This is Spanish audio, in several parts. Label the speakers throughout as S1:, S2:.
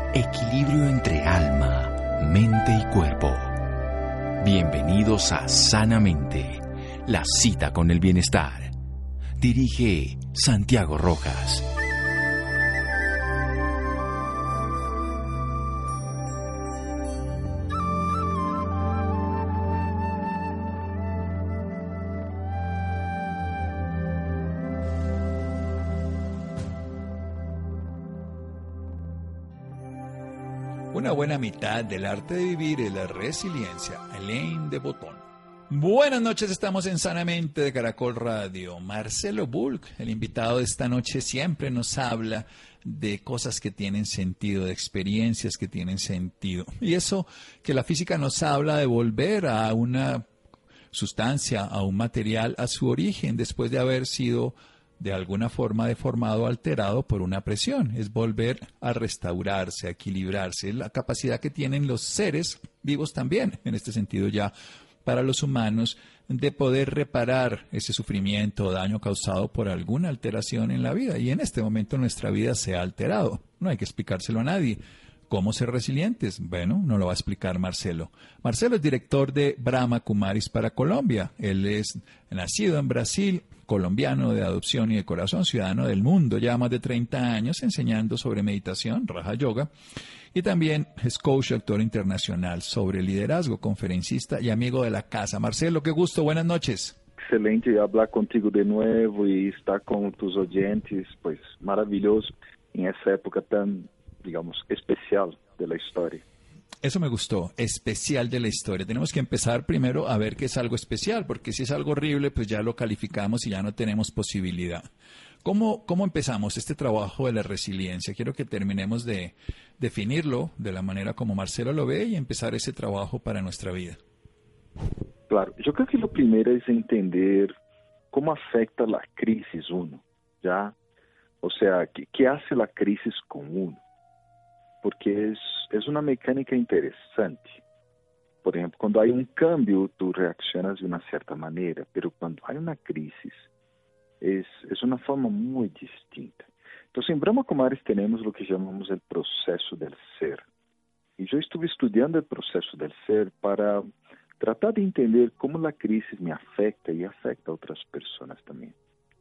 S1: Equilibrio entre alma, mente y cuerpo. Bienvenidos a Sanamente, la cita con el bienestar. Dirige Santiago Rojas.
S2: Una buena mitad del arte de vivir es la resiliencia. Alain de Botton. Buenas noches, estamos en Sanamente de Caracol Radio. Marcelo Bulc, el invitado de esta noche, siempre nos habla de cosas que tienen sentido, de experiencias que tienen sentido. Y eso que la física nos habla de volver a una sustancia, a un material, a su origen, después de haber sido de alguna forma deformado, alterado por una presión. Es volver a restaurarse, a equilibrarse. Es la capacidad que tienen los seres vivos también, en este sentido ya para los humanos, de poder reparar ese sufrimiento o daño causado por alguna alteración en la vida. Y en este momento nuestra vida se ha alterado. No hay que explicárselo a nadie. ¿Cómo ser resilientes? Bueno, nos lo va a explicar Marcelo. Marcelo es director de Brahma Kumaris para Colombia. Él es nacido en Brasil, colombiano de adopción y de corazón, ciudadano del mundo, ya más de 30 años enseñando sobre meditación, Raja Yoga, y también es coach y actor internacional sobre liderazgo, conferencista y amigo de la casa. Marcelo, qué gusto, buenas noches.
S3: Excelente hablar contigo de nuevo y estar con tus oyentes, pues maravilloso en esa época tan, digamos, especial de la historia.
S2: Eso me gustó, especial de la historia. Tenemos que empezar primero a ver qué es algo especial, porque si es algo horrible, pues ya lo calificamos y ya no tenemos posibilidad. ¿Cómo empezamos este trabajo de la resiliencia? Quiero que terminemos de definirlo de la manera como Marcelo lo ve y empezar ese trabajo para nuestra vida.
S3: Claro, yo creo que lo primero es entender cómo afecta la crisis uno, ¿ya? O sea, ¿qué hace la crisis con uno? Porque es una mecánica interesante. Por ejemplo, cuando hay un cambio, tú reaccionas de una cierta manera, pero cuando hay una crisis, es una forma muy distinta. Entonces, en Brahma Kumaris tenemos lo que llamamos el proceso del ser. Y yo estuve estudiando el proceso del ser para tratar de entender cómo la crisis me afecta y afecta a otras personas también.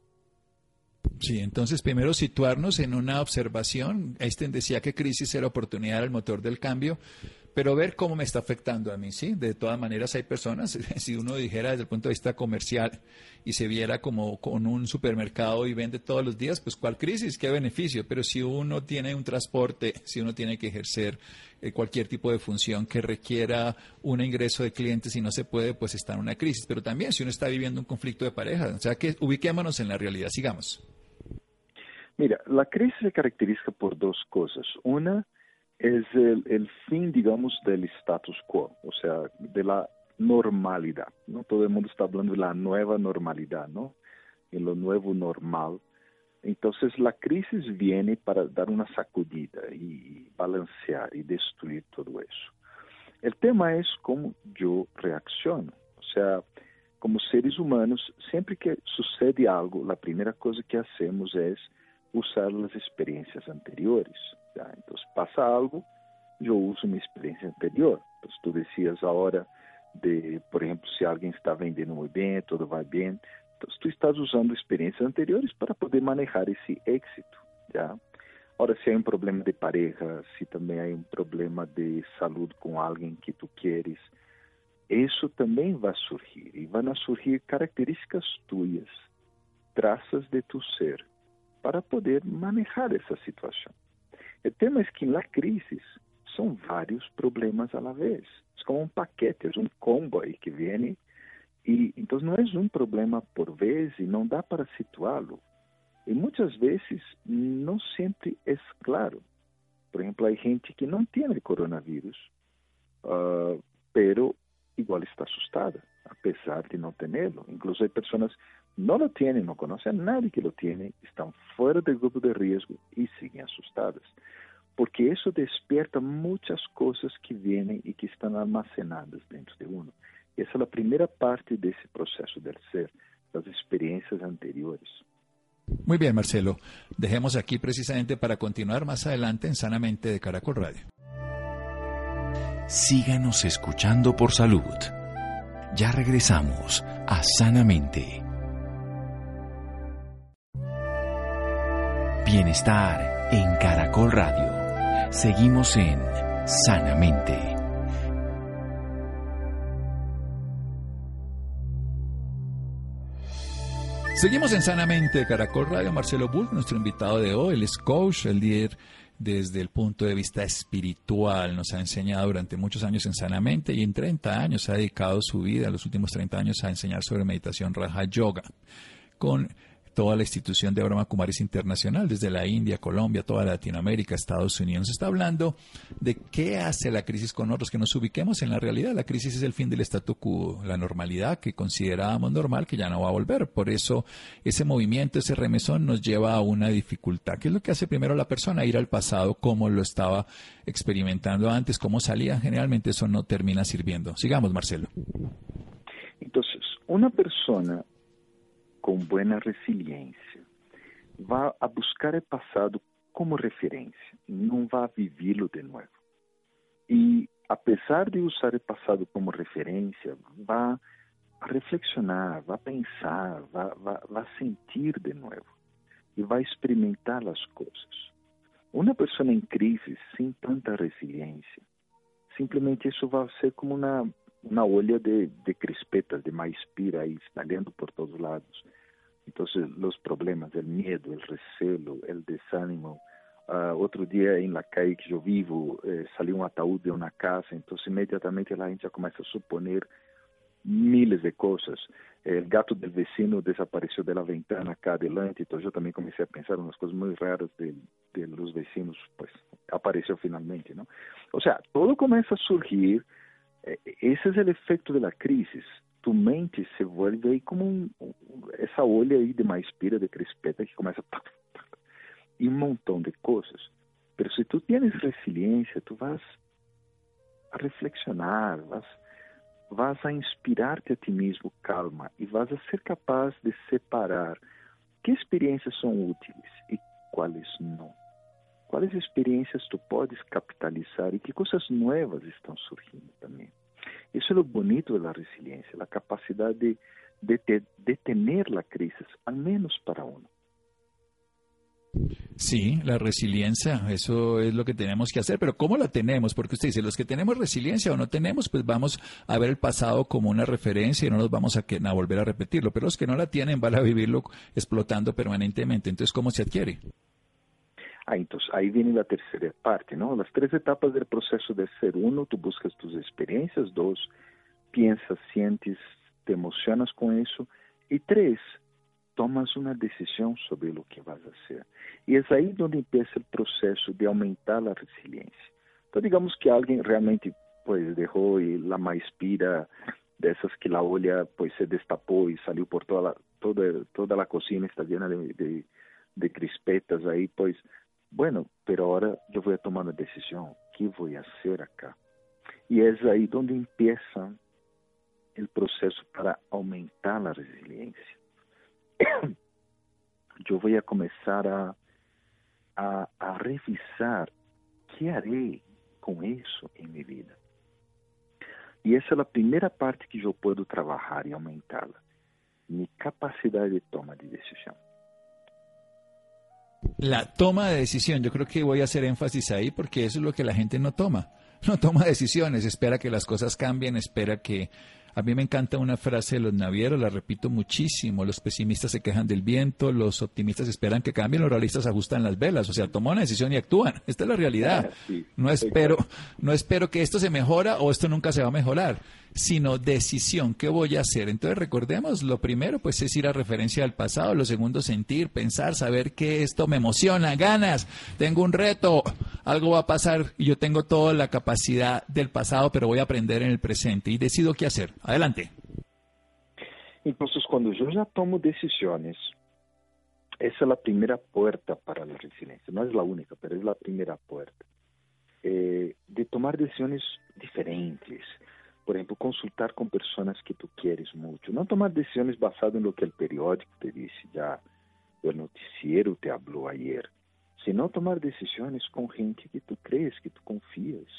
S2: Sí, entonces primero situarnos en una observación. Einstein decía que crisis era oportunidad, era el motor del cambio, pero ver cómo me está afectando a mí, ¿sí? De todas maneras hay personas, si uno dijera desde el punto de vista comercial y se viera como con un supermercado y vende todos los días, pues ¿cuál crisis? ¿Qué beneficio? Pero si uno tiene un transporte, si uno tiene que ejercer cualquier tipo de función que requiera un ingreso de clientes y no se puede, pues está en una crisis. Pero también si uno está viviendo un conflicto de pareja, o sea que ubiquémonos en la realidad, sigamos.
S3: Mira, la crisis se caracteriza por dos cosas. Una es el fin, digamos, del status quo, o sea, de la normalidad, ¿no? Todo el mundo está hablando de la nueva normalidad, ¿no? En lo nuevo normal. Entonces, la crisis viene para dar una sacudida y balancear y destruir todo eso. El tema es cómo yo reacciono. O sea, como seres humanos, siempre que sucede algo, la primera cosa que hacemos es usar las experiencias anteriores. ¿Ya? Entonces pasa algo, yo uso mi experiencia anterior. Entonces tú decías ahora de, por ejemplo, si alguien está vendiendo muy bien, todo va bien, entonces tú estás usando experiencias anteriores para poder manejar ese éxito. ¿Ya? Ahora, si hay un problema de pareja, si también hay un problema de salud con alguien que tú quieres, eso también va a surgir y van a surgir características tuyas, trazas de tu ser, para poder manejar essa situação. O tema é que na crise são vários problemas à la vez. É como um paquete, é um combo aí que vem. E então não é um problema por vez e não dá para situá-lo. E muitas vezes não sempre é claro. Por exemplo, há gente que não tem coronavírus, pero igual está assustada, apesar de não tê-lo. Incluso há pessoas no lo tienen, no conocen a nadie que lo tiene, están fuera del grupo de riesgo y siguen asustadas. Porque eso despierta muchas cosas que vienen y que están almacenadas dentro de uno. Y esa es la primera parte de ese proceso del ser, las experiencias anteriores.
S2: Muy bien, Marcelo. Dejemos aquí precisamente para continuar más adelante en Sanamente de Caracol Radio.
S1: Síganos escuchando por salud. Ya regresamos a Sanamente. Bienestar en Caracol Radio. Seguimos en Sanamente.
S2: Seguimos en Sanamente de Caracol Radio. Marcelo Bulc, nuestro invitado de hoy, él es coach, el líder desde el punto de vista espiritual. Nos ha enseñado durante muchos años en Sanamente y en 30 años ha dedicado su vida, los últimos 30 años, a enseñar sobre meditación Raja Yoga con toda la institución de Brahma Kumaris Internacional, desde la India, Colombia, toda Latinoamérica, Estados Unidos. Nos está hablando de qué hace la crisis con nosotros, que nos ubiquemos en la realidad. La crisis es el fin del statu quo, la normalidad que considerábamos normal, que ya no va a volver. Por eso ese movimiento, ese remesón nos lleva a una dificultad. ¿Qué es lo que hace primero la persona? Ir al pasado, cómo lo estaba experimentando antes, cómo salía. Generalmente eso no termina sirviendo. Sigamos, Marcelo.
S3: Entonces, una persona com buena resiliência vai a buscar o passado como referência, não vai vivê-lo de novo. E, apesar de usar o passado como referência, vai reflexionar, vai pensar, vai sentir de novo e vai experimentar as coisas. Uma pessoa em crise, sem tanta resiliência, simplesmente isso vai ser como uma olha de crispetas, de maíz-pira aí, espalhando por todos lados. Entonces, los problemas, el miedo, el recelo, el desánimo. Otro día en la calle que yo vivo, salió un ataúd de una casa, entonces inmediatamente la gente ya comienza a suponer miles de cosas. El gato del vecino desapareció de la ventana acá adelante, entonces yo también comencé a pensar unas cosas muy raras de los vecinos, pues apareció finalmente, ¿no? O sea, todo comienza a surgir. Ese es el efecto de la crisis. Tu mente se vuelve aí como essa olha aí de maíz-pira, de crispeta, que começa e montão de coisas. Pero se tu tienes resiliência, tu vas a reflexionar, vas a inspirar-te a ti mesmo calma e vas a ser capaz de separar que experiências são úteis e quais não. Quais experiências tu podes capitalizar e que coisas novas estão surgindo também. Eso es lo bonito de la resiliencia, la capacidad de detener la crisis, al menos para uno.
S2: Sí, la resiliencia, eso es lo que tenemos que hacer, pero ¿cómo la tenemos? Porque usted dice, los que tenemos resiliencia o no tenemos, pues vamos a ver el pasado como una referencia y no nos vamos a volver a repetirlo, pero los que no la tienen van a vivirlo explotando permanentemente. Entonces, ¿cómo se adquiere?
S3: Entonces ahí viene la tercera parte, ¿no? Las 3 etapas del proceso de ser. 1, tú buscas tus experiencias. 2, piensas, sientes, te emocionas con eso. Y 3, tomas una decisión sobre lo que vas a hacer. Y es ahí donde empieza el proceso de aumentar la resiliencia. Entonces digamos que alguien realmente pues dejó la maíz-pira de esas que la olla pues se destapó y salió por toda la cocina, está llena de crispetas ahí, pues bueno, pero ahora yo voy a tomar una decisión. ¿Qué voy a hacer acá? Y es ahí donde empieza el proceso para aumentar la resiliencia. Yo voy a comenzar a revisar qué haré con eso en mi vida. Y esa es la primera parte que yo puedo trabajar y aumentarla. Mi capacidad de toma de decisión.
S2: La toma de decisión, yo creo que voy a hacer énfasis ahí porque eso es lo que la gente no toma. No toma decisiones, espera que las cosas cambien, espera que... A mí me encanta una frase de los navieros, la repito muchísimo: los pesimistas se quejan del viento, los optimistas esperan que cambien, los realistas ajustan las velas. O sea, toman una decisión y actúan. Esta es la realidad. No espero que esto se mejora o esto nunca se va a mejorar, sino decisión. ¿Qué voy a hacer? Entonces recordemos, lo primero pues es ir a referencia al pasado, lo segundo sentir, pensar, saber que esto me emociona, ganas, tengo un reto, algo va a pasar y yo tengo toda la capacidad del pasado, pero voy a aprender en el presente y decido qué hacer. Adelante.
S3: Entonces, cuando yo ya tomo decisiones, esa es la primera puerta para la resiliencia. No es la única, pero es la primera puerta. De tomar decisiones diferentes. Por ejemplo, consultar con personas que tú quieres mucho. No tomar decisiones basadas en lo que el periódico te dice. Ya el noticiero te habló ayer, sino tomar decisiones con gente que tú crees, que tú confías,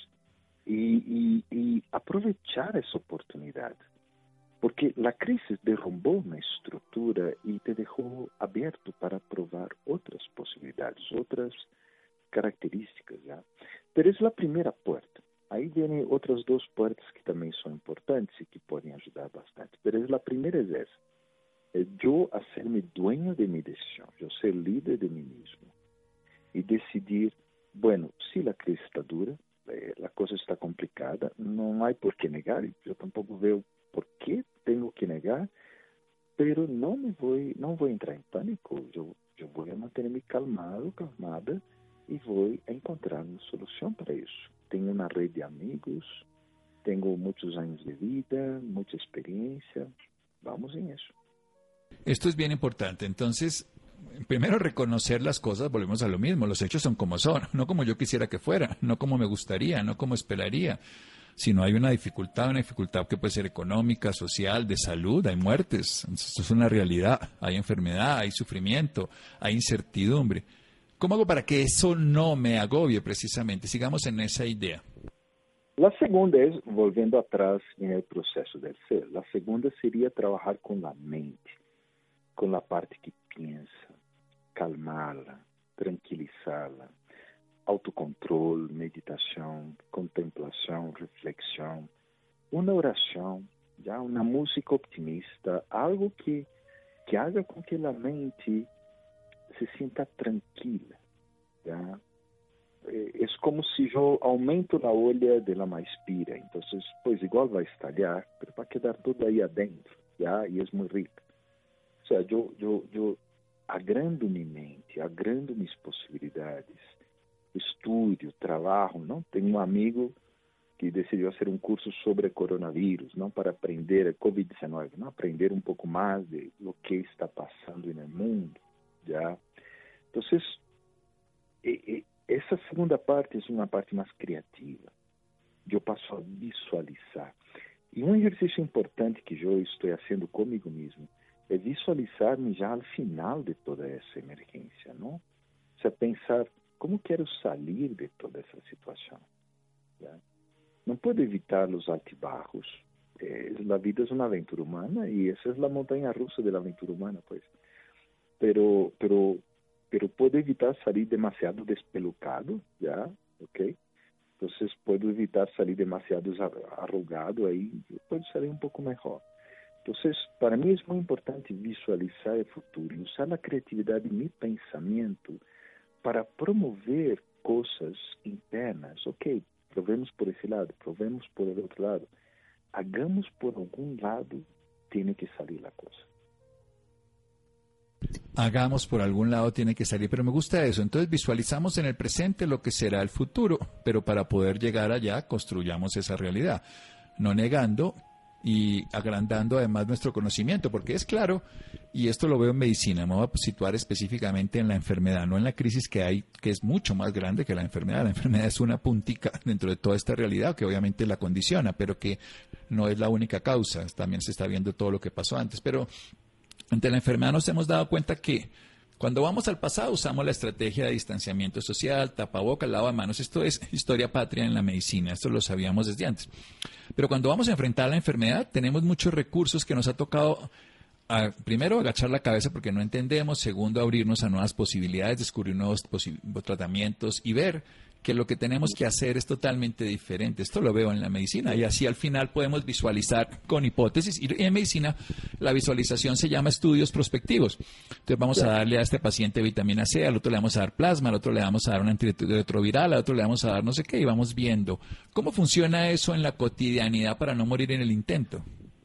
S3: y aprovechar esa oportunidad. Porque la crisis derrumbó una estructura y te dejó abierto para probar otras posibilidades, otras características, ¿ya? Pero es la primera puerta. Ahí vienen otras dos puertas que también son importantes y que pueden ayudar bastante. Pero la primera es esa. Es yo hacerme dueño de mi decisión, yo ser líder de mí mismo y decidir, bueno, si la crisis está dura, la cosa está complicada, no hay por qué negar, yo tampoco veo por qué tengo que negar, pero no voy a entrar en pánico, yo voy a mantenerme calmado, calmada, y voy a encontrar una solución para eso. Tengo una red de amigos, tengo muchos años de vida, mucha experiencia, vamos en eso.
S2: Esto es bien importante. Entonces, primero reconocer las cosas, volvemos a lo mismo. Los hechos son como son, no como yo quisiera que fueran, no como me gustaría, no como esperaría. Si no hay una dificultad que puede ser económica, social, de salud, hay muertes. Esto es una realidad. Hay enfermedad, hay sufrimiento, hay incertidumbre. ¿Cómo hago para que eso no me agobie precisamente? Sigamos en esa idea.
S3: La segunda es, volviendo atrás en el proceso del ser, la segunda sería trabajar con la mente, con la parte que piensa, calmarla, tranquilizarla, autocontrol, meditación, contemplación, reflexión, una oración, ya una música optimista, algo que haga con que la mente se sienta tranquila, ¿ya? Es como si yo aumento la olla de la maíz-pira, entonces pues igual va a estallar, pero va a quedar todo ahí adentro, ¿ya? Y es muy rico. O sea, yo agrando mi mente, agrando mis posibilidades, estudio, trabajo, ¿no? Tengo un amigo que decidió hacer un curso sobre coronavirus, ¿no? Para aprender el COVID-19, ¿no? Aprender un poco más de lo que está pasando en el mundo, ¿ya? Entonces, esa segunda parte es una parte más creativa. Yo paso a visualizar. Y un ejercicio importante que yo estoy haciendo conmigo mismo es visualizarme ya al final de toda esa emergencia, ¿no? O sea, pensar, ¿cómo quiero salir de toda esa situación? ¿Ya? No puedo evitar los altibajos. La vida es una aventura humana y esa es la montaña rusa de la aventura humana, pues. Pero puedo evitar salir demasiado despelucado, ¿ya? ¿Ok? Entonces puedo evitar salir demasiado arrugado, ahí puedo salir un poco mejor. Entonces, para mí es muy importante visualizar el futuro y usar la creatividad de mi pensamiento para promover cosas internas. Ok, probemos por ese lado, probemos por el otro lado. Hagamos por algún lado, tiene que salir la cosa.
S2: Hagamos por algún lado, tiene que salir, pero me gusta eso. Entonces visualizamos en el presente lo que será el futuro, pero para poder llegar allá construyamos esa realidad, no negando y agrandando además nuestro conocimiento, porque es claro, y esto lo veo en medicina, me voy a situar específicamente en la enfermedad, no en la crisis que hay, que es mucho más grande que la enfermedad es una puntica dentro de toda esta realidad que obviamente la condiciona, pero que no es la única causa, también se está viendo todo lo que pasó antes, pero ante la enfermedad nos hemos dado cuenta que cuando vamos al pasado usamos la estrategia de distanciamiento social, tapabocas, lavado de manos. Esto es historia patria en la medicina, esto lo sabíamos desde antes. Pero cuando vamos a enfrentar la enfermedad tenemos muchos recursos que nos ha tocado, primero, agachar la cabeza porque no entendemos, segundo, abrirnos a nuevas posibilidades, descubrir nuevos tratamientos y ver que lo que tenemos que hacer es totalmente diferente. Esto lo veo en la medicina y así al final podemos visualizar con hipótesis. Y en medicina la visualización se llama estudios prospectivos. Entonces vamos a darle a este paciente vitamina C, al otro le vamos a dar plasma, al otro le vamos a dar un antirretroviral, al otro le vamos a dar no sé qué y vamos viendo. ¿Cómo funciona eso en la cotidianidad para no morir en el intento?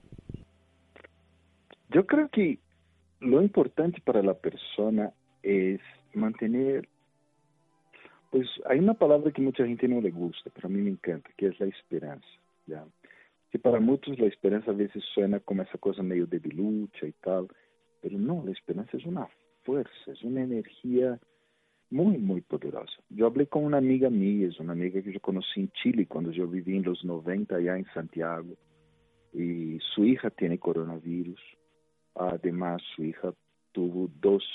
S3: Yo creo que lo importante para la persona es mantener. Pues hay una palabra que mucha gente no le gusta, pero a mí me encanta, que es la esperanza, ¿ya? Que para muchos la esperanza a veces suena como esa cosa medio debilucha y tal, pero no, la esperanza es una fuerza, es una energía muy, muy poderosa. Yo hablé con una amiga mía, es una amiga que yo conocí en Chile cuando yo viví en los 90 allá en Santiago, y su hija tiene coronavirus. Además, su hija tuvo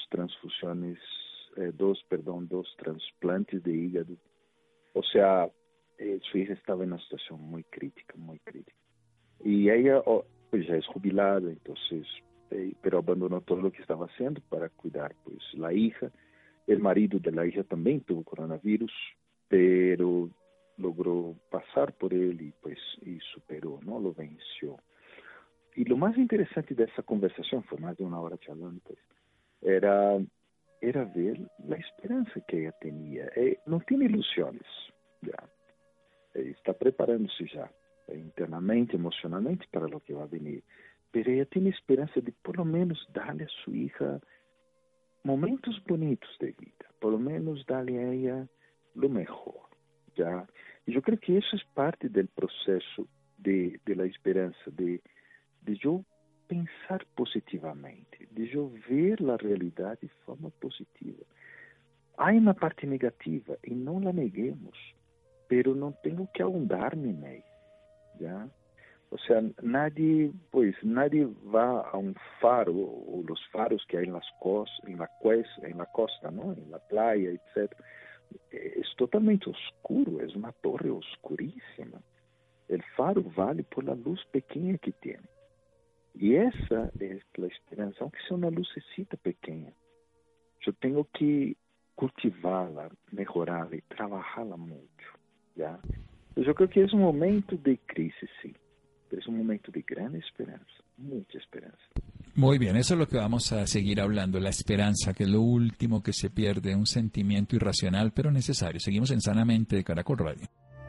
S3: dos trasplantes de hígado. O sea, su hija estaba en una situación muy crítica, muy crítica. Y ella pues ya es jubilada, entonces, pero abandonó todo lo que estaba haciendo para cuidar pues la hija. El marido de la hija también tuvo coronavirus, pero logró pasar por él y superó, ¿no? Lo venció. Y lo más interesante de esa conversación, fue más de una hora charlando, pues, era ver la esperanza que ella tenía. No tiene ilusiones, ya. Está preparándose ya, internamente, emocionalmente, para lo que va a venir. Pero ella tiene esperanza de por lo menos darle a su hija momentos bonitos de vida, por lo menos darle a ella lo mejor, ¿ya? Y yo creo que eso es parte del proceso de la esperanza, de yo pensar positivamente, de yo ver la realidad de forma positiva. Hay una parte negativa y no la neguemos, pero no tengo que ahondarme en ella, ¿ya? O sea, nadie va a un faro, o los faros que hay en la costa, ¿no? En la playa, etc. Es totalmente oscuro, es una torre oscurísima. El faro vale por la luz pequeña que tiene. Y esa es la esperanza, aunque sea una lucecita pequeña. Yo tengo que cultivarla, mejorarla y trabajarla mucho, ¿ya? Yo creo que es un momento de crisis, sí. Pero es un momento de gran esperanza, mucha esperanza.
S2: Muy bien, eso es lo que vamos a seguir hablando, la esperanza, que es lo último que se pierde, un sentimiento irracional pero necesario. Seguimos en Sanamente de Caracol Radio.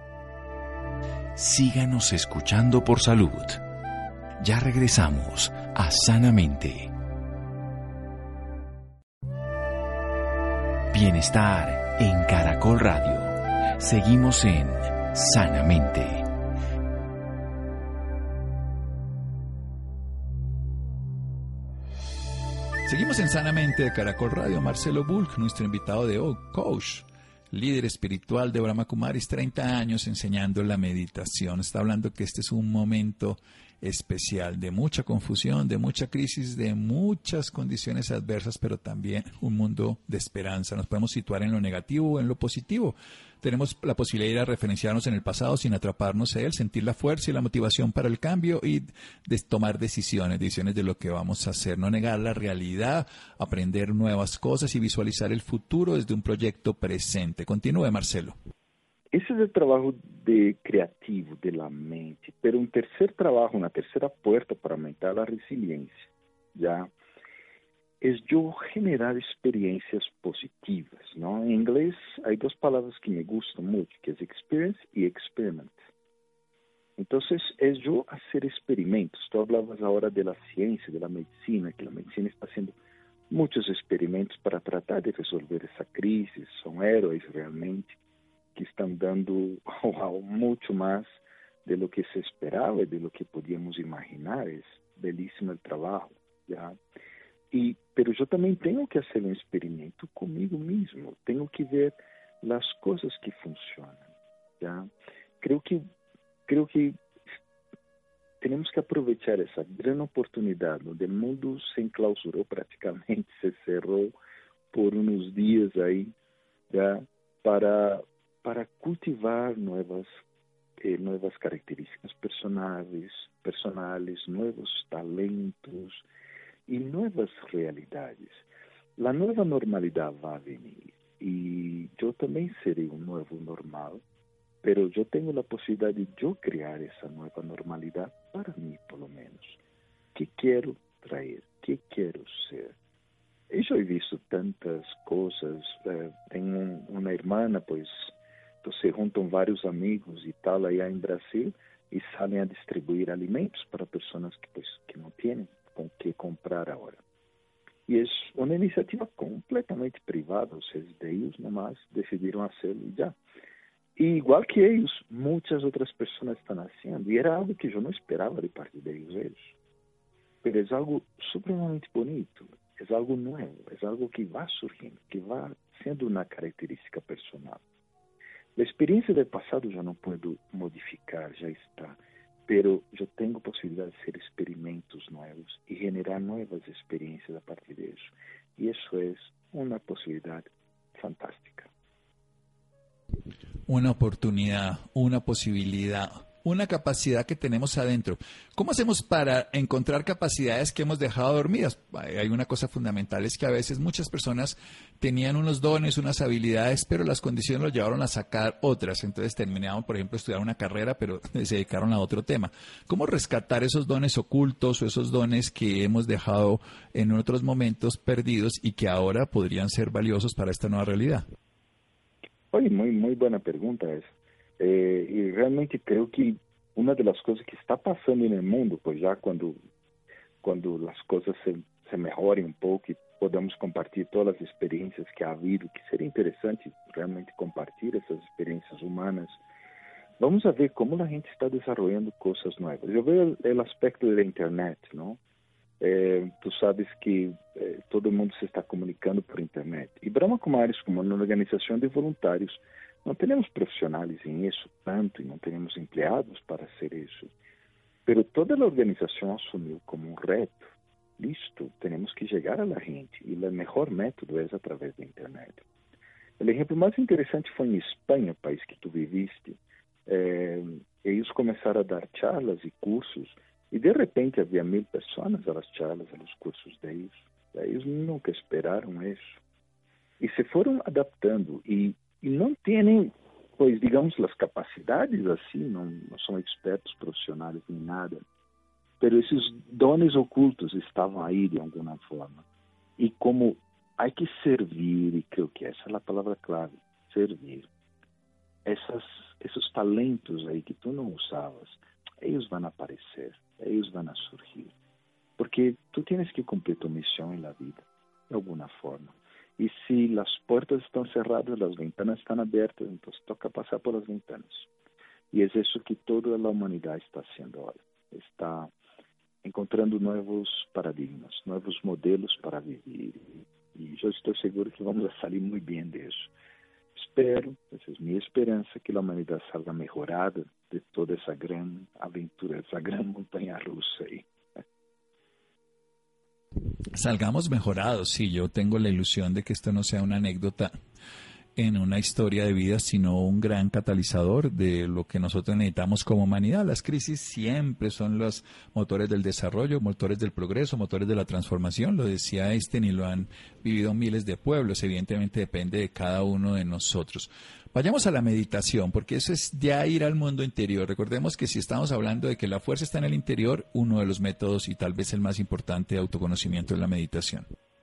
S1: Síganos escuchando por salud. Ya regresamos a Sanamente. Bienestar en Caracol Radio. Seguimos en Sanamente.
S2: Seguimos en Sanamente de Caracol Radio. Marcelo Bulk, nuestro invitado de hoy, coach, líder espiritual de Brahma Kumaris, 30 años enseñando la meditación. Está hablando que este es un momento especial de mucha confusión, de mucha crisis, de muchas condiciones adversas, pero también un mundo de esperanza. Nos podemos situar en lo negativo o en lo positivo. Tenemos la posibilidad de ir a referenciarnos en el pasado sin atraparnos a él, sentir la fuerza y la motivación para el cambio y de tomar decisiones de lo que vamos a hacer. No negar la realidad, aprender nuevas cosas y visualizar el futuro desde un proyecto presente. Continúe, Marcelo.
S3: Ese es el trabajo creativo de la mente, pero un tercer trabajo, una tercera puerta para aumentar la resiliencia, ¿ya? Es yo generar experiencias positivas, ¿no? En inglés hay dos palabras que me gustan mucho, que es experience y experiment. Entonces, es yo hacer experimentos. Tú hablabas ahora de la ciencia, de la medicina, que la medicina está haciendo muchos experimentos para tratar de resolver esa crisis. Son héroes realmente, que están dando mucho más de lo que se esperaba y de lo que podíamos imaginar. Es belísimo el trabajo, ¿ya? Pero yo también tengo que hacer un experimento conmigo mismo. Tengo que ver las cosas que funcionan, ¿ya? Creo que tenemos que aprovechar esa gran oportunidad donde el mundo se enclausuró prácticamente, se cerró por unos días ahí, ¿ya? Para cultivar nuevas características personales, nuevos talentos y nuevas realidades. La nueva normalidad va a venir y yo también seré un nuevo normal, pero yo tengo la posibilidad de yo crear esa nueva normalidad para mí, por lo menos. ¿Qué quiero traer? ¿Qué quiero ser? Y yo he visto tantas cosas. Tengo una hermana, pues, se juntan varios amigos y tal allá en Brasil y salen a distribuir alimentos para personas que no tienen con qué comprar ahora. Y es una iniciativa completamente privada, o sea, de ellos nomás decidieron hacerlo y ya. Y igual que ellos, muchas otras personas están haciendo. Y era algo que yo no esperaba de parte de ellos. Pero es algo supremamente bonito, es algo nuevo, es algo que va surgiendo, que va siendo una característica personal. La experiencia del pasado yo no puedo modificar, ya está. pero yo tengo posibilidad de hacer experimentos nuevos y generar nuevas experiencias a partir de eso. Y eso es una posibilidad fantástica.
S2: Una oportunidad, una posibilidad, una capacidad que tenemos adentro. ¿Cómo hacemos para encontrar capacidades que hemos dejado dormidas? Hay una cosa fundamental, es que a veces muchas personas tenían unos dones, unas habilidades, pero las condiciones los llevaron a sacar otras. Entonces terminaban, por ejemplo, estudiar una carrera, pero se dedicaron a otro tema. ¿Cómo rescatar esos dones ocultos o esos dones que hemos dejado en otros momentos perdidos y que ahora podrían ser valiosos para esta nueva realidad?
S3: Oye, muy buena pregunta esa. Y realmente creo que una de las cosas que está pasando en el mundo, pues ya cuando las cosas se mejoren un poco y podamos compartir todas las experiencias que ha habido, que sería interesante realmente compartir esas experiencias humanas, vamos a ver cómo la gente está desarrollando cosas nuevas. Yo veo el aspecto de la Internet, ¿no? Tú sabes que todo el mundo se está comunicando por Internet. Y Brahma Kumaris, como una organización de voluntarios, no tenemos profesionales en eso tanto y no tenemos empleados para hacer eso. Pero toda la organización asumió como un reto. Listo, tenemos que llegar a la gente y el mejor método es a través de Internet. El ejemplo más interesante fue en España, país que tú viviste. Ellos comenzaron a dar charlas y cursos y de repente había 1,000 personas a las charlas, a los cursos de ellos. Ellos nunca esperaron eso. Y se fueron adaptando y no tienen, pues digamos, las capacidades así, no son expertos profesionales ni nada, pero esos dones ocultos estaban ahí de alguna forma. Y como hay que servir, y creo que esa es la palabra clave, servir, esos talentos ahí que tú no usabas, ellos van a aparecer, ellos van a surgir. Porque tú tienes que cumplir tu misión en la vida, de alguna forma. Y si las puertas están cerradas, las ventanas están abiertas, entonces toca pasar por las ventanas. Y es eso que toda la humanidad está haciendo ahora. Está encontrando nuevos paradigmas, nuevos modelos para vivir. Y yo estoy seguro que vamos a salir muy bien de eso. Espero, esa es mi esperanza, que la humanidad salga mejorada de toda esa gran aventura, esa gran montaña rusa ahí.
S2: Salgamos mejorados, sí, yo tengo la ilusión de que esto no sea una anécdota en una historia de vida, sino un gran catalizador de lo que nosotros necesitamos como humanidad. Las crisis siempre son los motores del desarrollo, motores del progreso, motores de la transformación, lo decía Einstein y lo han vivido miles de pueblos, evidentemente depende de cada uno de nosotros. Vayamos a la meditación, porque eso es ya ir al mundo interior. Recordemos que si estamos hablando de que la fuerza está en el interior, uno de los métodos y tal vez el más importante de autoconocimiento es la meditación.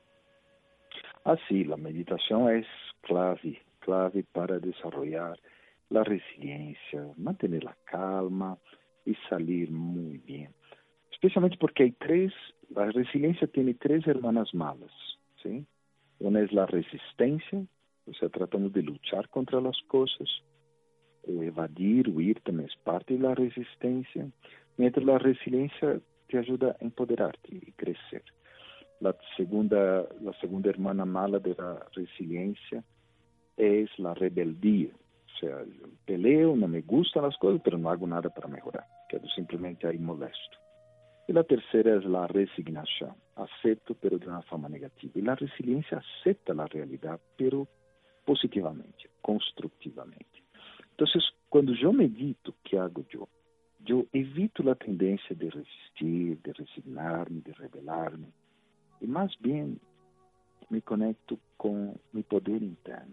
S3: Sí, la meditación es clave para desarrollar la resiliencia, mantener la calma y salir muy bien. Especialmente porque la resiliencia tiene 3 hermanas malas, ¿sí? Una es la resistencia, o sea, tratamos de luchar contra las cosas, evadir, huir también es parte de la resistencia, mientras la resiliencia te ayuda a empoderarte y crecer. La segunda hermana mala de la resiliencia es la rebeldía. O sea, yo peleo, no me gustan las cosas, pero no hago nada para mejorar. Quedo simplemente ahí molesto. Y la tercera es la resignación. Acepto, pero de una forma negativa. Y la resiliencia acepta la realidad, pero positivamente, constructivamente. Entonces, cuando yo medito, ¿qué hago yo? Yo evito la tendencia de resistir, de resignarme, de rebelarme. Y más bien me conecto con mi poder interno.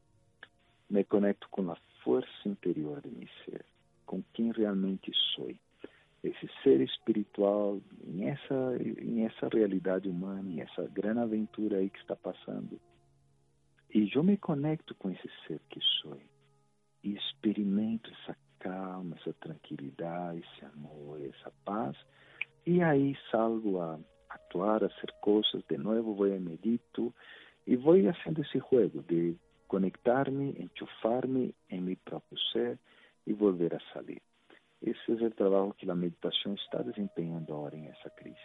S3: Me conecto con la fuerza interior de mi ser, con quien realmente soy. Ese ser espiritual en esa realidad humana, en esa gran aventura ahí que está pasando. Y yo me conecto con ese ser que soy. Y experimento esa calma, esa tranquilidad, ese amor, esa paz. Y ahí salgo a actuar, a hacer cosas. De nuevo voy a medito y voy haciendo ese juego de conectarme, enchufarme en mi propio ser y volver a salir. Ese es el trabajo que la meditación está desempeñando ahora en esa crisis.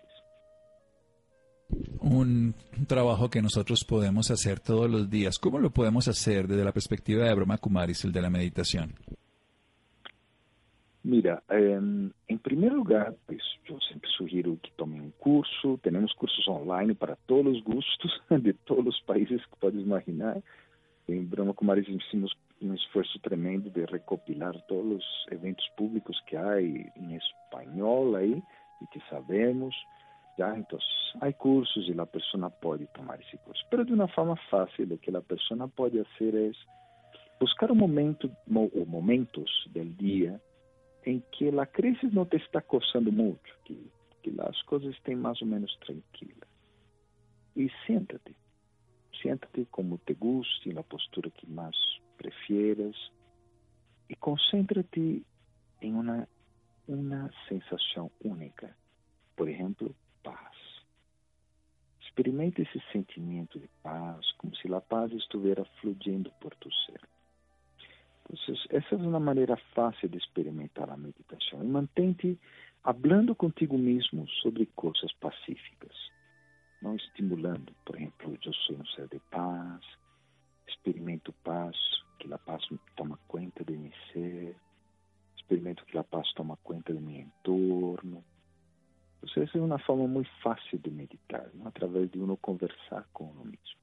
S2: Un trabajo que nosotros podemos hacer todos los días. ¿Cómo lo podemos hacer desde la perspectiva de Brahma Kumaris, el de la meditación?
S3: Mira, Mira, en primer lugar, pues yo siempre sugiero que tomen un curso. Tenemos cursos online para todos los gustos, de todos los países que puedes imaginar. En Brahma Kumaris hicimos un esfuerzo tremendo de recopilar todos los eventos públicos que hay en español ahí y que sabemos. Ya, entonces, hay cursos y la persona puede tomar ese curso. Pero de una forma fácil, lo que la persona puede hacer es buscar un momento o momentos del día en que la crisis no te está acosando mucho, que las cosas estén más o menos tranquilas. Y siéntate como te guste, en la postura que más prefieras, y concéntrate en una sensación única. Por ejemplo, paz. Experimenta ese sentimiento de paz, como si la paz estuviera fluyendo por tu ser. Entonces, esa es una manera fácil de experimentar la meditación. Y mantente hablando contigo mismo sobre cosas pacíficas, no estimulando. Por ejemplo, yo soy un ser de paz, experimento paz, que la paz toma cuenta de mi ser, experimento que la paz toma cuenta de mi entorno. Entonces, esa es una forma muy fácil de meditar, ¿no? A través de uno conversar con uno mismo.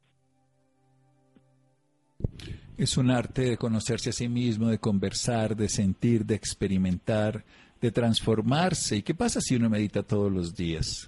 S2: Es un arte de conocerse a sí mismo, de conversar, de sentir, de experimentar, de transformarse. ¿Y qué pasa si uno medita todos los días?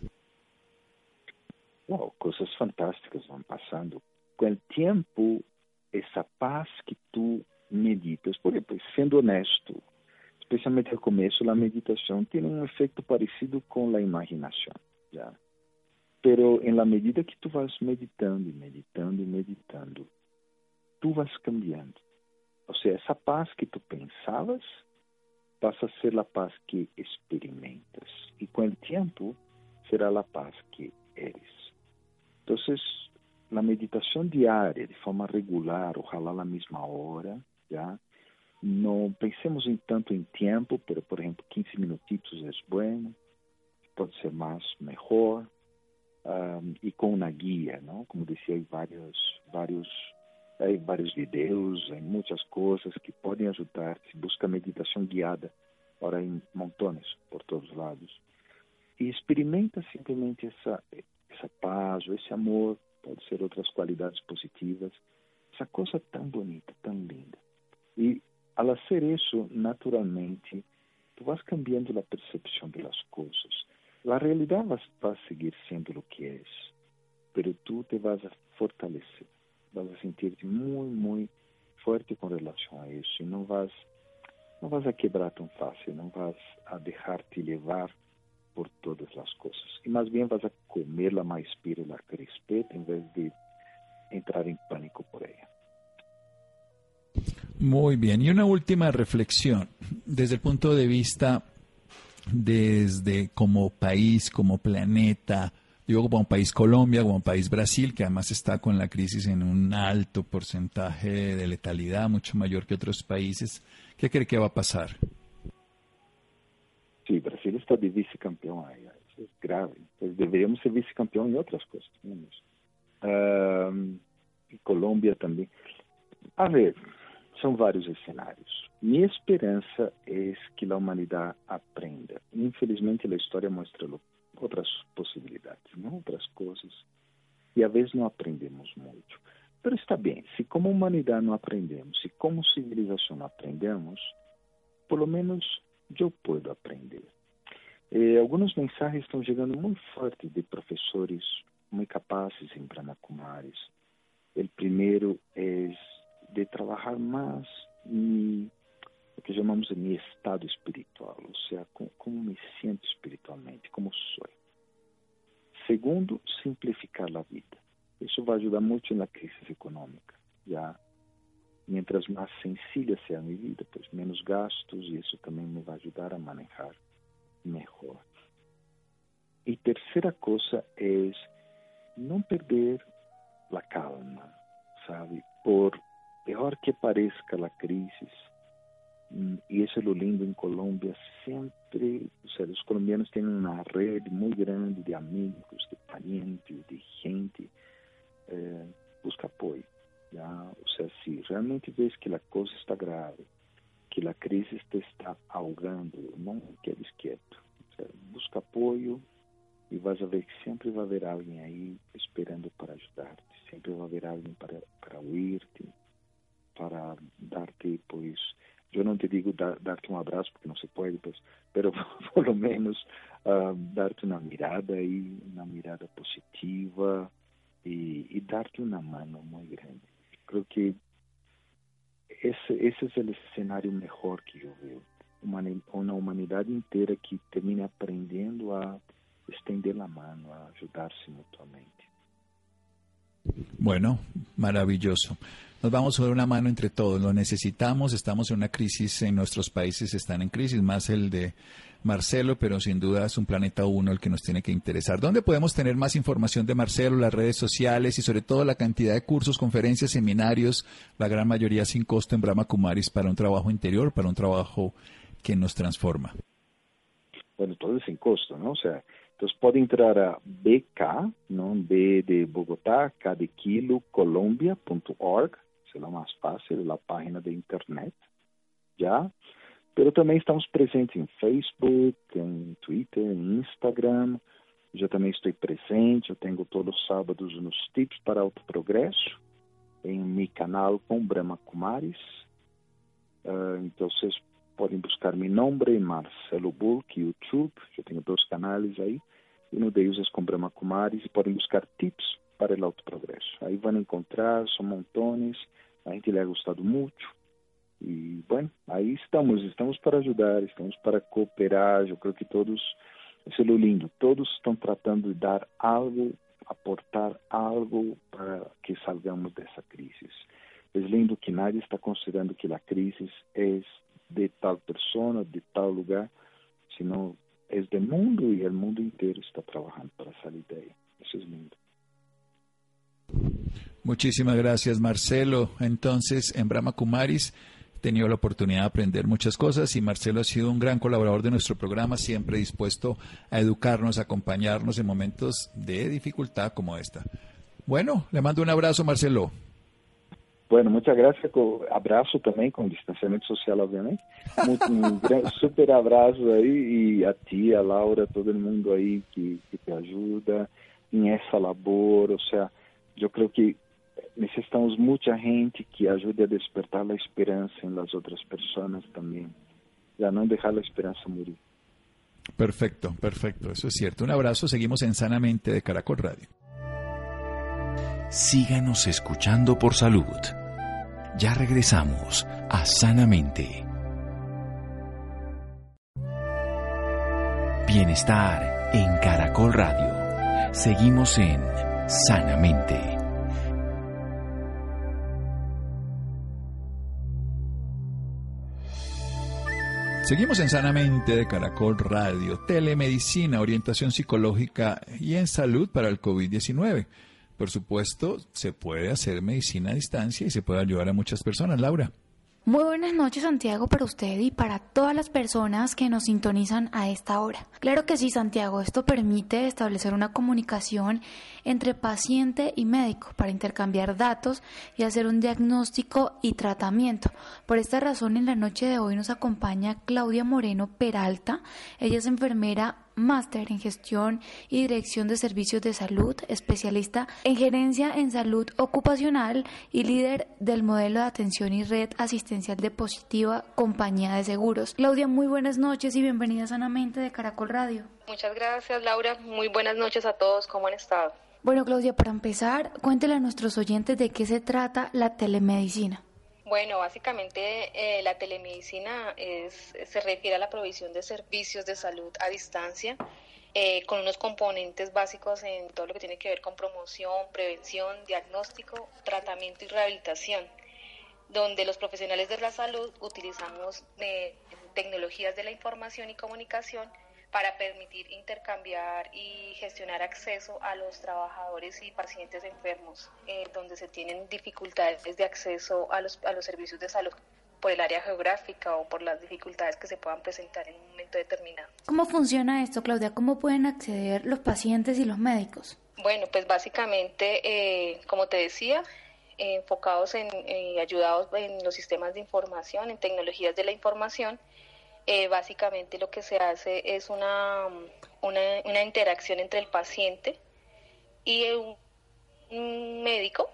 S3: Wow, cosas fantásticas van pasando. Con el tiempo, esa paz que tú meditas, porque pues, siendo honesto, especialmente al comienzo, la meditación tiene un efecto parecido con la imaginación, ¿ya? Pero en la medida que tú vas meditando y meditando y meditando, tú vas cambiando. O sea, esa paz que tú pensabas pasa a ser la paz que experimentas. Y con el tiempo será la paz que eres. Entonces, la meditación diaria, de forma regular, ojalá a la misma hora, ¿ya? No pensemos en tanto en tiempo, pero, por ejemplo, 15 minutitos es bueno, puede ser más, mejor, y con una guía, ¿no? Como decía, hay varios videos, hay muchas cosas que pueden ayudar. Si busca meditación guiada, ahora hay montones por todos lados. Y experimenta simplemente esa paz o ese amor, pode ser outras qualidades positivas, essa coisa tão bonita, tão linda. E al hacer eso, naturalmente, tú vas cambiando la percepción de las cosas. La realidad va a seguir siendo lo que es, pero tú te vas a fortalecer, vas a sentirte muy, muy fuerte con relación a eso y no vas a quebrar tan fácil, no vas a dejarte llevar por todas las cosas. Y más bien vas a comer la maíz-pira y la crispeta en vez de entrar en pánico por ella.
S2: Muy bien. Y una última reflexión, desde el punto de vista, desde como país, como planeta, digo como país Colombia, como país Brasil, que además está con la crisis en un alto porcentaje de letalidad, mucho mayor que otros países. ¿Qué cree que va a pasar?
S3: Sí, Brasil está de vicecampeón ahí, eso es grave. Pues deberíamos ser vicecampeón en otras cosas. Y Colombia también. A ver, son varios escenarios. Mi esperanza es que la humanidad aprenda. Infelizmente la historia muestra otras posibilidades, ¿no? Otras cosas. Y a veces no aprendemos mucho. Pero está bien, si como humanidad no aprendemos, si como civilización no aprendemos, por lo menos yo puedo aprender. Algunos mensajes están llegando muy fuertes de profesores muy capaces en Brahma Kumaris. El primero es de trabajar más lo que llamamos de mi estado espiritual, o sea, cómo me siento espiritualmente, cómo soy. Segundo, simplificar la vida. Eso va a ayudar mucho en la crisis económica. Ya, mientras más sencilla sea mi vida, pues menos gastos y eso también me va a ayudar a manejar mejor. Y tercera cosa es no perder la calma, ¿sabe? Por peor que parezca la crisis, y eso es lo lindo en Colombia, siempre, o sea, los colombianos tienen una red muy grande de amigos, de parientes, de gente, busca apoyo, ¿ya? O sea, si realmente ves que la cosa está grave, que la crisis te está ahogando, no quedes quieto. O sea, busca apoyo y vas a ver que siempre va a haber alguien ahí esperando para ayudarte. Siempre va a haber alguien para oírte, para darte, pues, yo no te digo darte un abrazo porque no se puede, pues, pero por lo menos darte una mirada ahí, una mirada positiva y darte una mano muy grande. Creo que ese es el escenario mejor que yo veo. Una humanidad entera que termine aprendiendo a extender la mano, a ayudarse mutuamente.
S2: Bueno, maravilloso. Nos vamos a dar una mano entre todos, lo necesitamos, estamos en una crisis, en nuestros países están en crisis, más el de Marcelo, pero sin duda es un planeta uno el que nos tiene que interesar. ¿Dónde podemos tener más información de Marcelo, las redes sociales y sobre todo la cantidad de cursos, conferencias, seminarios, la gran mayoría sin costo en Brahma Kumaris para un trabajo interior, para un trabajo que nos transforma?
S3: Bueno, todo es sin costo, ¿no? O sea, entonces puede entrar a BK, ¿no? B de Bogotá, K de Kilo, Colombia.org, será más fácil, la página de internet, ¿ya? Pero también estamos presentes en Facebook, en Twitter, en Instagram. Yo también estoy presente, yo tengo todos los sábados unos tips para autoprogreso en mi canal con Brahma Kumaris. Entonces, pueden buscar mi nombre, Marcelo Bulk, YouTube. Yo tengo 2 canales ahí. Uno de ellos es con Brahma Kumaris y pueden buscar tips para el autoprogreso. Ahí van a encontrar, son montones. A gente le ha gustado mucho. Y bueno, ahí estamos para ayudar, estamos para cooperar. Yo creo que todos, eso es lo lindo, todos están tratando de dar algo, aportar algo para que salgamos de esa crisis. Es lindo que nadie está considerando que la crisis es de tal persona, de tal lugar, sino es del mundo y el mundo entero está trabajando para salir de ahí. Eso es lindo.
S2: Muchísimas gracias, Marcelo. Entonces, en Brahma Kumaris he tenido la oportunidad de aprender muchas cosas y Marcelo ha sido un gran colaborador de nuestro programa, siempre dispuesto a educarnos, a acompañarnos en momentos de dificultad como esta. Bueno, le mando un abrazo, Marcelo.
S3: Bueno, muchas gracias. Abrazo también con distanciamiento social, obviamente. Un super abrazo ahí y a ti, a Laura, a todo el mundo ahí que te ayuda en esa labor. O sea, yo creo que necesitamos mucha gente que ayude a despertar la esperanza en las otras personas también. Ya no dejar la esperanza morir.
S2: Perfecto, perfecto. Eso es cierto. Un abrazo. Seguimos en Sanamente de Caracol Radio.
S1: Síganos escuchando por salud. Ya regresamos a Sanamente. Bienestar en Caracol Radio. Seguimos en Sanamente.
S2: Seguimos en Sanamente de Caracol Radio. Telemedicina, orientación psicológica y en salud para el COVID-19. Por supuesto, se puede hacer medicina a distancia y se puede ayudar a muchas personas. Laura.
S4: Muy buenas noches, Santiago, para usted y para todas las personas que nos sintonizan a esta hora. Claro que sí, Santiago, esto permite establecer una comunicación entre paciente y médico para intercambiar datos y hacer un diagnóstico y tratamiento. Por esta razón, en la noche de hoy nos acompaña Claudia Moreno Peralta. Ella es enfermera máster en gestión y dirección de servicios de salud, especialista en gerencia en salud ocupacional y líder del modelo de atención y red asistencial de Positiva Compañía de Seguros. Claudia, muy buenas noches y bienvenida a Sanamente de Caracol Radio.
S5: Muchas gracias, Laura. Muy buenas noches a todos. ¿Cómo han estado?
S4: Bueno, Claudia, para empezar, cuéntele a nuestros oyentes de qué se trata la telemedicina.
S5: Bueno, básicamente la telemedicina se refiere a la provisión de servicios de salud a distancia con unos componentes básicos en todo lo que tiene que ver con promoción, prevención, diagnóstico, tratamiento y rehabilitación, donde los profesionales de la salud utilizamos tecnologías de la información y comunicación para permitir intercambiar y gestionar acceso a los trabajadores y pacientes enfermos, donde se tienen dificultades de acceso a los servicios de salud por el área geográfica o por las dificultades que se puedan presentar en un momento determinado.
S4: ¿Cómo funciona esto, Claudia? ¿Cómo pueden acceder los pacientes y los médicos?
S5: Bueno, pues básicamente, como te decía, enfocados ayudados en los sistemas de información, en tecnologías de la información. Básicamente lo que se hace es una interacción entre el paciente y un médico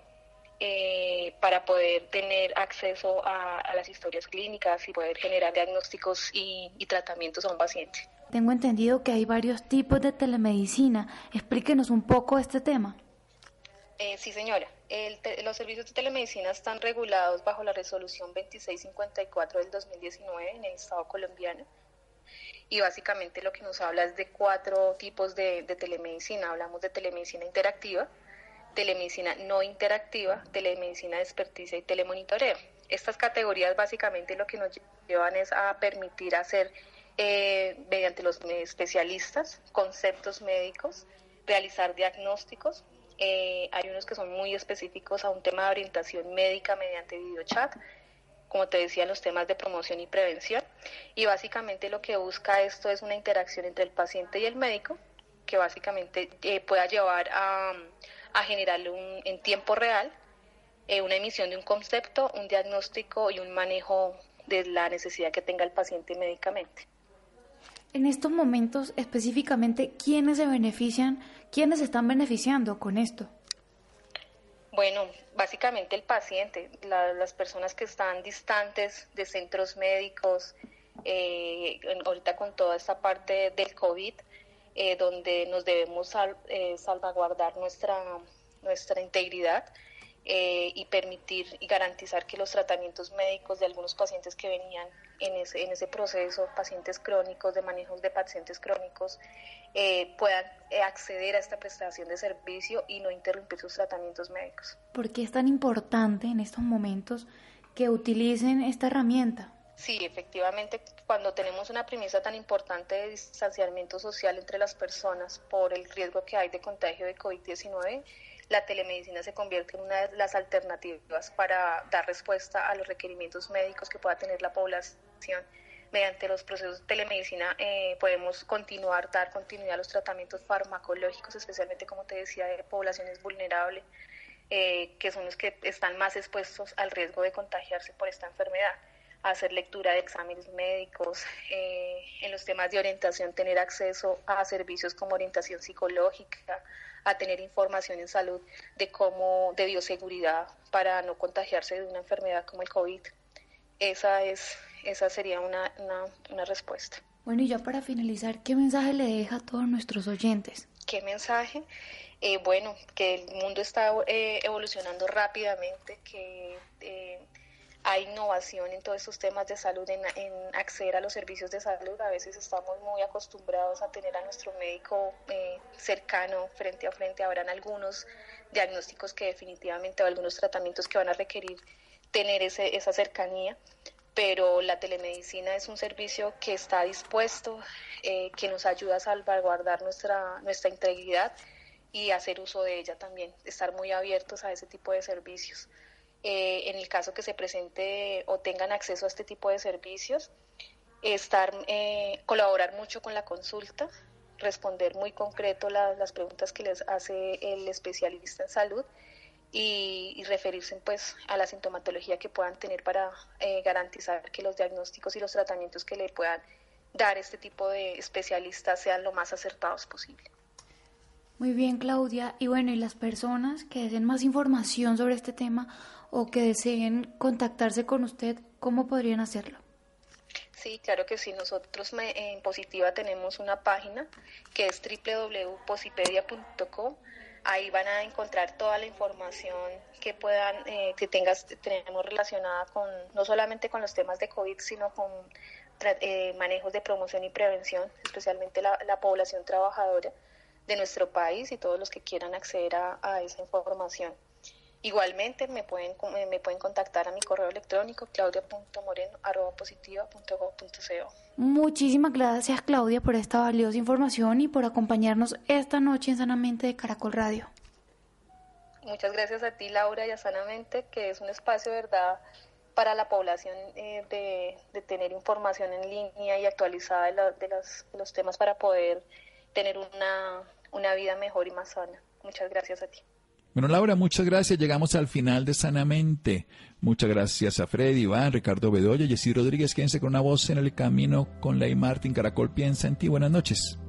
S5: para poder tener acceso a las historias clínicas y poder generar diagnósticos y tratamientos a un paciente.
S4: Tengo entendido que hay varios tipos de telemedicina. Explíquenos un poco este tema.
S5: Sí, señora. Los servicios de telemedicina están regulados bajo la resolución 2654 del 2019 en el Estado colombiano. Y básicamente lo que nos habla es de 4 tipos de telemedicina. Hablamos de telemedicina interactiva, telemedicina no interactiva, telemedicina de experticia y telemonitoreo. Estas categorías básicamente lo que nos llevan es a permitir hacer, mediante los especialistas, conceptos médicos, realizar diagnósticos. Hay unos que son muy específicos a un tema de orientación médica mediante videochat, como te decía, los temas de promoción y prevención, y básicamente lo que busca esto es una interacción entre el paciente y el médico, que básicamente pueda llevar a generar en tiempo real una emisión de un concepto, un diagnóstico y un manejo de la necesidad que tenga el paciente médicamente.
S4: En estos momentos, específicamente, ¿quiénes se benefician, quiénes se están beneficiando con esto?
S5: Bueno, básicamente el paciente, las personas que están distantes de centros médicos, ahorita con toda esta parte del COVID, donde nos debemos salvaguardar nuestra integridad y permitir y garantizar que los tratamientos médicos de algunos pacientes que venían en ese proceso, pacientes crónicos, de manejos de pacientes crónicos, puedan acceder a esta prestación de servicio y no interrumpir sus tratamientos médicos.
S4: ¿Por qué es tan importante en estos momentos que utilicen esta herramienta?
S5: Sí, efectivamente, cuando tenemos una premisa tan importante de distanciamiento social entre las personas por el riesgo que hay de contagio de COVID-19, la telemedicina se convierte en una de las alternativas para dar respuesta a los requerimientos médicos que pueda tener la población. Mediante los procesos de telemedicina podemos dar continuidad a los tratamientos farmacológicos, especialmente, como te decía, de poblaciones vulnerables, que son los que están más expuestos al riesgo de contagiarse por esta enfermedad. Hacer lectura de exámenes médicos, en los temas de orientación, tener acceso a servicios como orientación psicológica, a tener información en salud de bioseguridad para no contagiarse de una enfermedad como el COVID. Esa sería una respuesta.
S4: Bueno, y ya para finalizar, ¿qué mensaje le deja a todos nuestros oyentes?
S5: ¿Qué mensaje? Bueno, que el mundo está evolucionando rápidamente, que hay innovación en todos estos temas de salud, en acceder a los servicios de salud. A veces estamos muy acostumbrados a tener a nuestro médico cercano, frente a frente. Habrán algunos diagnósticos que definitivamente, o algunos tratamientos que van a requerir tener esa cercanía, pero la telemedicina es un servicio que está dispuesto, que nos ayuda a salvaguardar nuestra integridad y hacer uso de ella también, estar muy abiertos a ese tipo de servicios. En el caso que se presente o tengan acceso a este tipo de servicios, colaborar mucho con la consulta, responder muy concreto las preguntas que les hace el especialista en salud y referirse pues a la sintomatología que puedan tener para garantizar que los diagnósticos y los tratamientos que le puedan dar este tipo de especialistas sean lo más acertados posible.
S4: Muy bien, Claudia. Y bueno, y las personas que deseen más información sobre este tema o que deseen contactarse con usted, ¿cómo podrían hacerlo?
S5: Sí, claro que sí. Nosotros en Positiva tenemos una página que es www.posipedia.com. Ahí van a encontrar toda la información que tenemos relacionada con no solamente con los temas de COVID, sino con manejos de promoción y prevención, especialmente la población trabajadora de nuestro país y todos los que quieran acceder a esa información. Igualmente me pueden contactar a mi correo electrónico claudia.moreno@positiva.gov.co.
S4: Muchísimas gracias, Claudia, por esta valiosa información y por acompañarnos esta noche en Sanamente de Caracol Radio.
S5: Muchas gracias a ti, Laura, y a Sanamente, que es un espacio, verdad, para la población de tener información en línea y actualizada de los temas para poder tener una vida mejor y más sana. Muchas gracias a ti.
S2: Bueno, Laura, muchas gracias. Llegamos al final de Sanamente. Muchas gracias a Freddy, Iván, Ricardo Bedoya, Jessy Rodríguez. Quédense con Una Voz en el Camino con Ley Martín. Caracol piensa en ti. Buenas noches.